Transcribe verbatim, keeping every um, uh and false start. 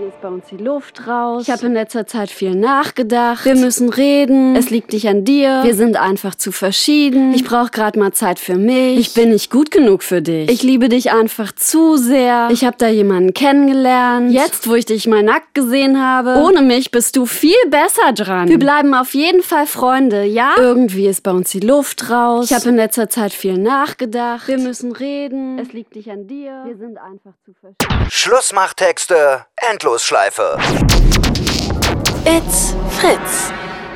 ist bei uns die Luft raus. Ich habe in letzter Zeit viel nachgedacht. Wir müssen reden. Es liegt nicht an dir. Wir sind einfach zu verschieden. Ich brauche gerade mal Zeit für mich. Ich bin nicht gut genug für dich. Ich liebe dich einfach zu sehr. Ich habe da jemanden kennengelernt. Jetzt, wo ich dich mal nackt gesehen habe, ohne mich bist du viel besser dran. Wir bleiben auf jeden Fall Freunde, ja? Irgendwie ist bei uns die Luft raus. Ich habe in letzter Zeit viel nachgedacht. Wir müssen reden. Es liegt nicht an dir. Wir sind einfach zu verschieden. Schlussmachtexte, Endlosschleife. It's Fritz.